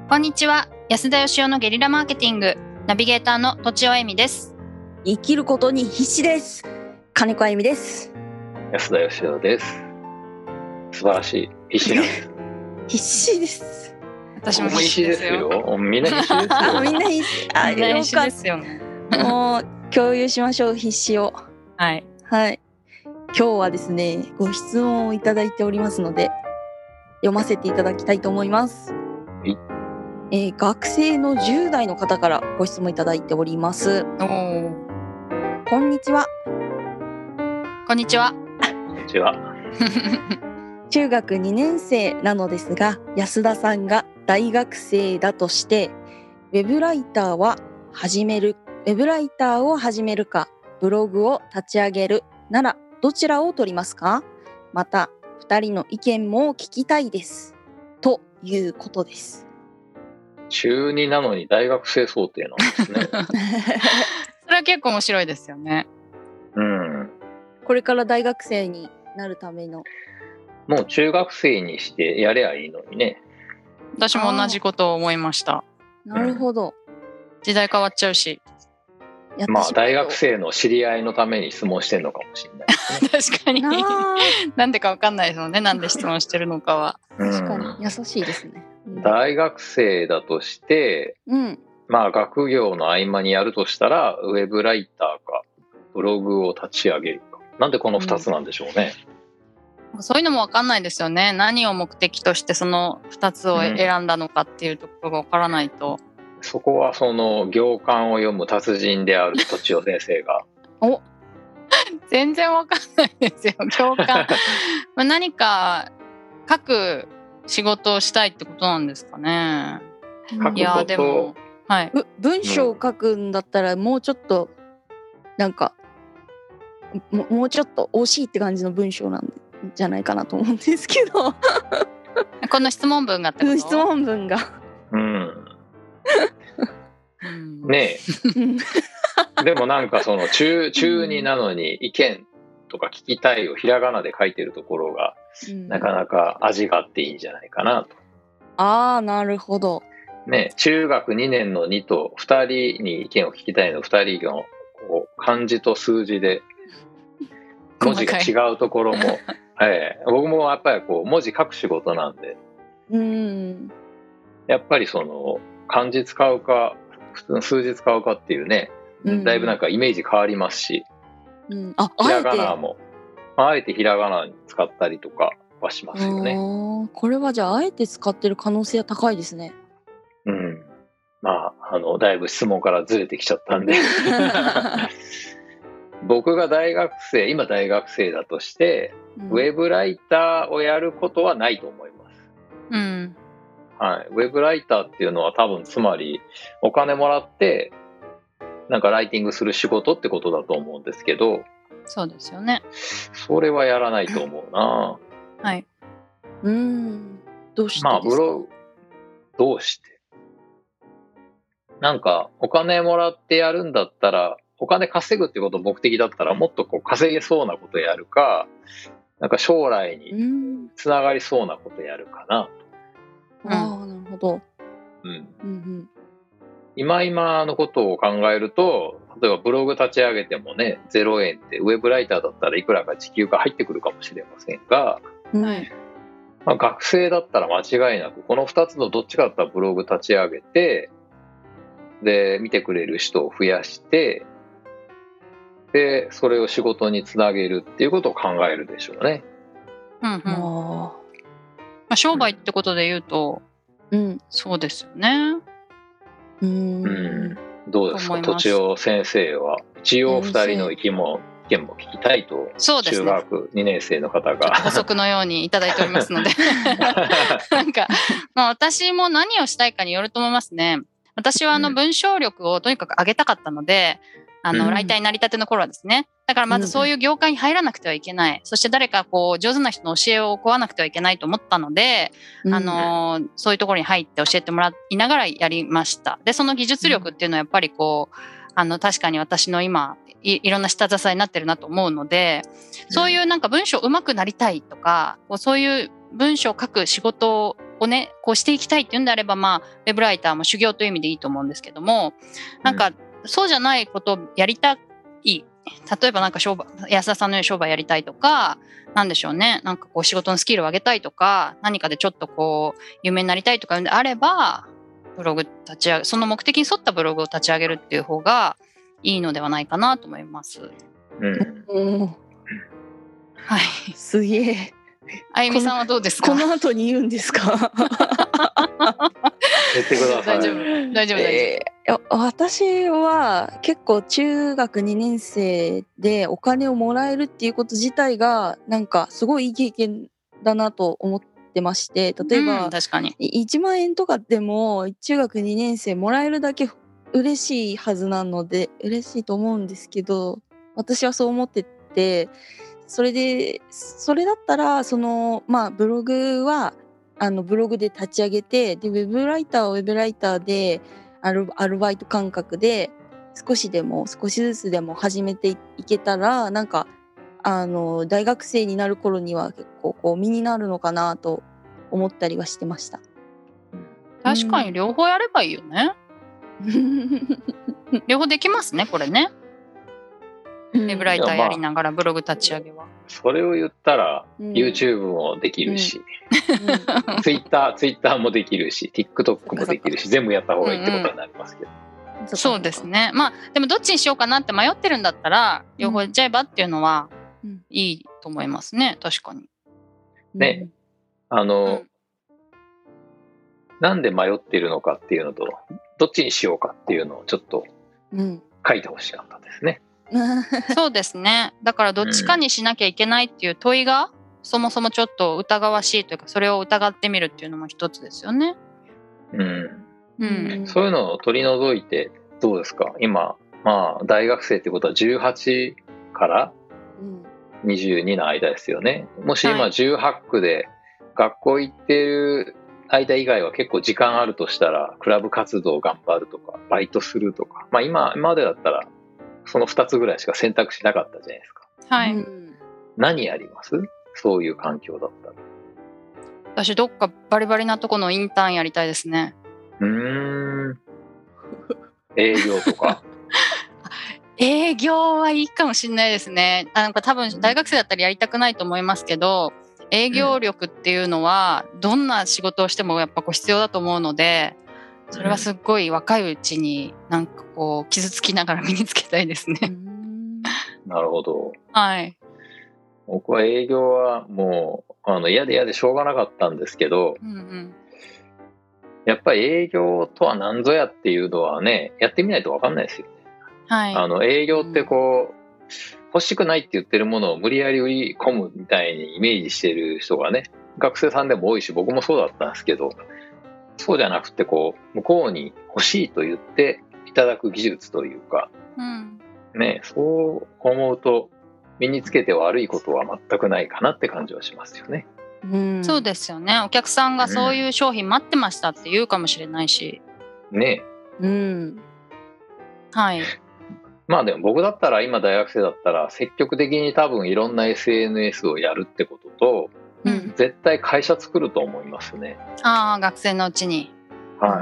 こんにちは。安田義雄のゲリラマーケティングナビゲーターのとちおえみです。 生きることに必死です。金子あゆみです。 安田義雄です。素晴らしい。必死なんです。 必死です。 私も必死ですよ。 みんな必死ですよ。 みんな必死。 みんな必死ですよね。 もう共有しましょう、必死を。 はいはい。今日はですね、ご質問をいただいておりますので読ませていただきたいと思います。学生の10代の方からご質問いただいております。こんにちは。 こんにちは。 こんにちは。 中学2年生なのですが、安田さんが大学生だとしてウェブライターを始めるかブログを立ち上げるならどちらを取りますか？また2人の意見も聞きたいですということです。 中2なのに大学生想定なんですね。 それは結構面白いですよね。 これから大学生になるための、 もう中学生にしてやればいいのにね。 私も同じことを思いました。 なるほど。 時代変わっちゃうし。 まあ大学生の知り合いのために質問してるのかもしれないですね。 確かに。なんでか分かんないですもんね。なんで質問してるのかは。 確かに優しいですね。 大学生だとして、まあ学業の合間にやるとしたらウェブライターかブログを立ち上げるか。なんでこの2つなんでしょうね。 そういうのも分かんないですよね。何を目的としてその2つを選んだのかっていうところが分からないと。 そこはその行間を読む達人であるとちお先生が全然分かんないですよ。行間何か書く仕事をしたいってことなんですかね。いやでも、はい、 文章を書くんだったらもうちょっとなんかもうちょっと惜しいって感じの文章なんじゃないかなと思うんですけどこの質問文がってこと？ 質問文がねえでもなんかその中2なのに意見とか聞きたいをひらがなで書いてるところが、なかなか味があっていいんじゃないかなと。 なるほどね。中学2年の2と2人に意見を聞きたいの2人のこう漢字と数字で文字が違うところも、僕もやっぱりこう文字書く仕事なんで、やっぱりその漢字使うか普通の数字使うかっていうね、だいぶなんかイメージ変わりますし、ひらがなもあえてひらがなに使ったりとかはしますよね。 これはじゃああえて使ってる可能性は高いですね。 まあだいぶ質問からずれてきちゃったんで僕が今大学生だとして、ウェブライターをやることはないと思います。ウェブライターっていうのは多分つまりお金もらってなんかライティングする仕事ってことだと思うんですけど。 そうですよね。 それはやらないと思うな。 どうしてですか？ どうしてなんかお金もらってやるんだったら、お金稼ぐってこと目的だったらもっとこう稼げそうなことやるか、なんか将来につながりそうなことやるかなと。 なるほど。 今のことを考えると、例えばブログ立ち上げてもね、0円ってウェブライターだったらいくらか時給が入ってくるかもしれませんが、学生だったら間違いなくこの2つのどっちかだったらブログ立ち上げて、で見てくれる人を増やして、でそれを仕事につなげるっていうことを考えるでしょうね。 商売ってことで言うと、そうですよね。 どうですか、とちお先生は。一応2人の意見も聞きたいと、中学2年生の方が補足のようにいただいておりますのでなんか、私も何をしたいかによると思いますね。私は文章力をとにかく上げたかったので、ライターになりたての頃はですね。だからまずそういう業界に入らなくてはいけない。そして誰かこう上手な人の教えを請わなくてはいけないと思ったので、そういうところに入って教えてもらいながらやりました。で、その技術力っていうのはやっぱりこう確かに私の今いろんな下支えになってるなと思うので、そういうなんか文章上手くなりたいとか、そういう文章を書く仕事をねこうしていきたいっていうんであれば、まあウェブライターも修行という意味でいいと思うんですけども、なんかそうじゃないことをやりたい、例えばなんか安田さんのように商売やりたいとか、なんでしょうね、なんかこう仕事のスキルを上げたいとか、何かでちょっとこう有名になりたいとかいうんであれば、ブログ立ち上げ、その目的に沿ったブログを立ち上げるっていう方がいいのではないかなと思います。はい。 すげえ。 あゆみさんはどうですか？ この後に言うんですか？ 言ってください。 大丈夫。 私は結構中学2年生でお金をもらえるっていうこと自体がなんかすごいいい経験だなと思ってまして、例えば確かに 1万円とかでも中学2年生もらえるだけ嬉しいはずなので嬉しいと思うんですけど、私はそう思ってて、それだったらブログはブログで立ち上げて、でウェブライターはウェブライターでアルバイト感覚で少しずつでも始めていけたら、なんか大学生になる頃には結構こう身になるのかなと思ったりはしてました。 確かに両方やればいいよね。両方できますね、これね。ウェブライターやりながらブログ立ち上げは。 それを言ったら YouTube もできるし、Twitter もできるし、TikTok もできるし、全部やった方がいいってことになりますけど。 そうですね。まあでもどっちにしようかなって迷ってるんだったら両方やっちゃえばっていうのはいいと思いますね。確かに。 ね、なんで迷ってるのかっていうのと、どっちにしようかっていうのをちょっと書いてほしかったですね。 そうですね。だからどっちかにしなきゃいけないっていう問いがそもそもちょっと疑わしいというか、それを疑ってみるっていうのも一つですよね。 そういうのを取り除いてどうですか？今、まあ大学生ってことは18から22の間ですよね。もし今18区で学校行ってる間以外は結構時間あるとしたら、クラブ活動を頑張るとかバイトするとか、まあ今までだったらその2つぐらいしか選択肢なかったじゃないですか。 はい。 何やります？そういう環境だったら。 私どっかバリバリなとこのインターンやりたいですね。 営業とか。 営業はいいかもしれないですね。なんか多分大学生だったらやりたくないと思いますけど、営業力っていうのはどんな仕事をしてもやっぱこう必要だと思うので、それはすっごい若いうちになんかこう傷つきながら身につけたいですね。 なるほど。 はい。 僕は営業はもう嫌でしょうがなかったんですけど、やっぱり営業とは何ぞやっていうのはね、やってみないと分かんないですよね。はい。営業ってこう、欲しくないって言ってるものを無理やり売り込むみたいにイメージしてる人がね、学生さんでも多いし、僕もそうだったんですけど、そうじゃなくてこう向こうに欲しいと言っていただく技術というか、ね、そう思うと身につけて悪いことは全くないかなって感じはしますよね。 そうですよね。お客さんがそういう商品待ってましたって言うかもしれないし。 ね。 はい。 まあでも僕だったら、今大学生だったら積極的に多分いろんな SNS をやるってことと、絶対会社作ると思いますね。 学生のうちに。 はい。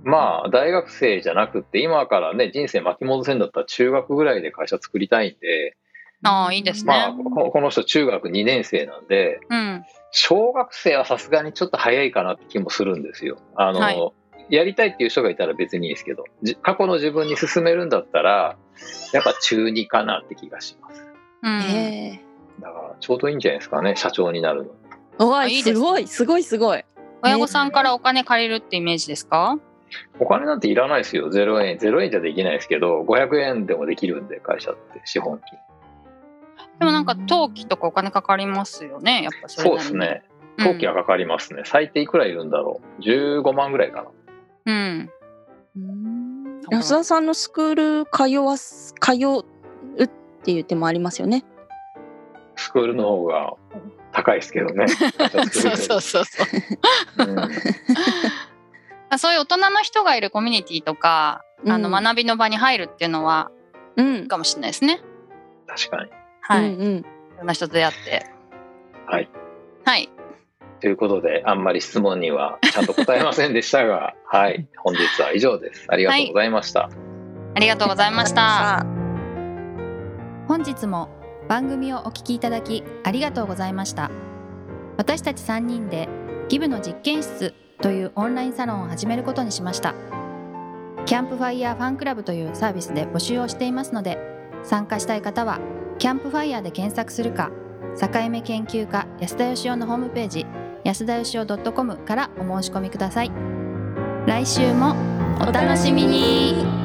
まあ大学生じゃなくて今からね、人生巻き戻せんだったら中学ぐらいで会社作りたいんで。 いいですね。 まあこの人中学2年生なんで、小学生はさすがにちょっと早いかなって気もするんですよ。やりたいっていう人がいたら別にいいですけど、過去の自分に進めるんだったらやっぱ中2かなって気がします。だからちょうどいいんじゃないですかね、社長になるの。 いいですね。 すごい。 親御さんからお金借りるってイメージですか？ お金なんていらないですよ。0円じゃできないですけど、500円でもできるんで、会社って資本金。 でもなんか登記とかお金かかりますよね、やっぱそれなりに。 そうですね。登記はかかりますね。最低いくらいるんだろう。15万ぐらいかな。 安田さんのスクール通うっていう手もありますよね。 スクールの方が高いですけどね。 そう。そういう大人の人がいるコミュニティとか、学びの場に入るっていうのはいいかもしれないですね。 確かに。 はい。いろんな人と出会って。 はい。 はい。 ということで、あんまり質問にはちゃんと答えませんでしたが、はい、本日は以上です。ありがとうございました。 ありがとうございました。 本日も番組をお聞きいただきありがとうございました。私たち3人でギブの実験室というオンラインサロンを始めることにしました。キャンプファイヤーファンクラブというサービスで募集をしていますので、参加したい方はキャンプファイヤーで検索するか、境目研究家安田義雄のホームページ安田義雄 .com からお申し込みください。来週もお楽しみに。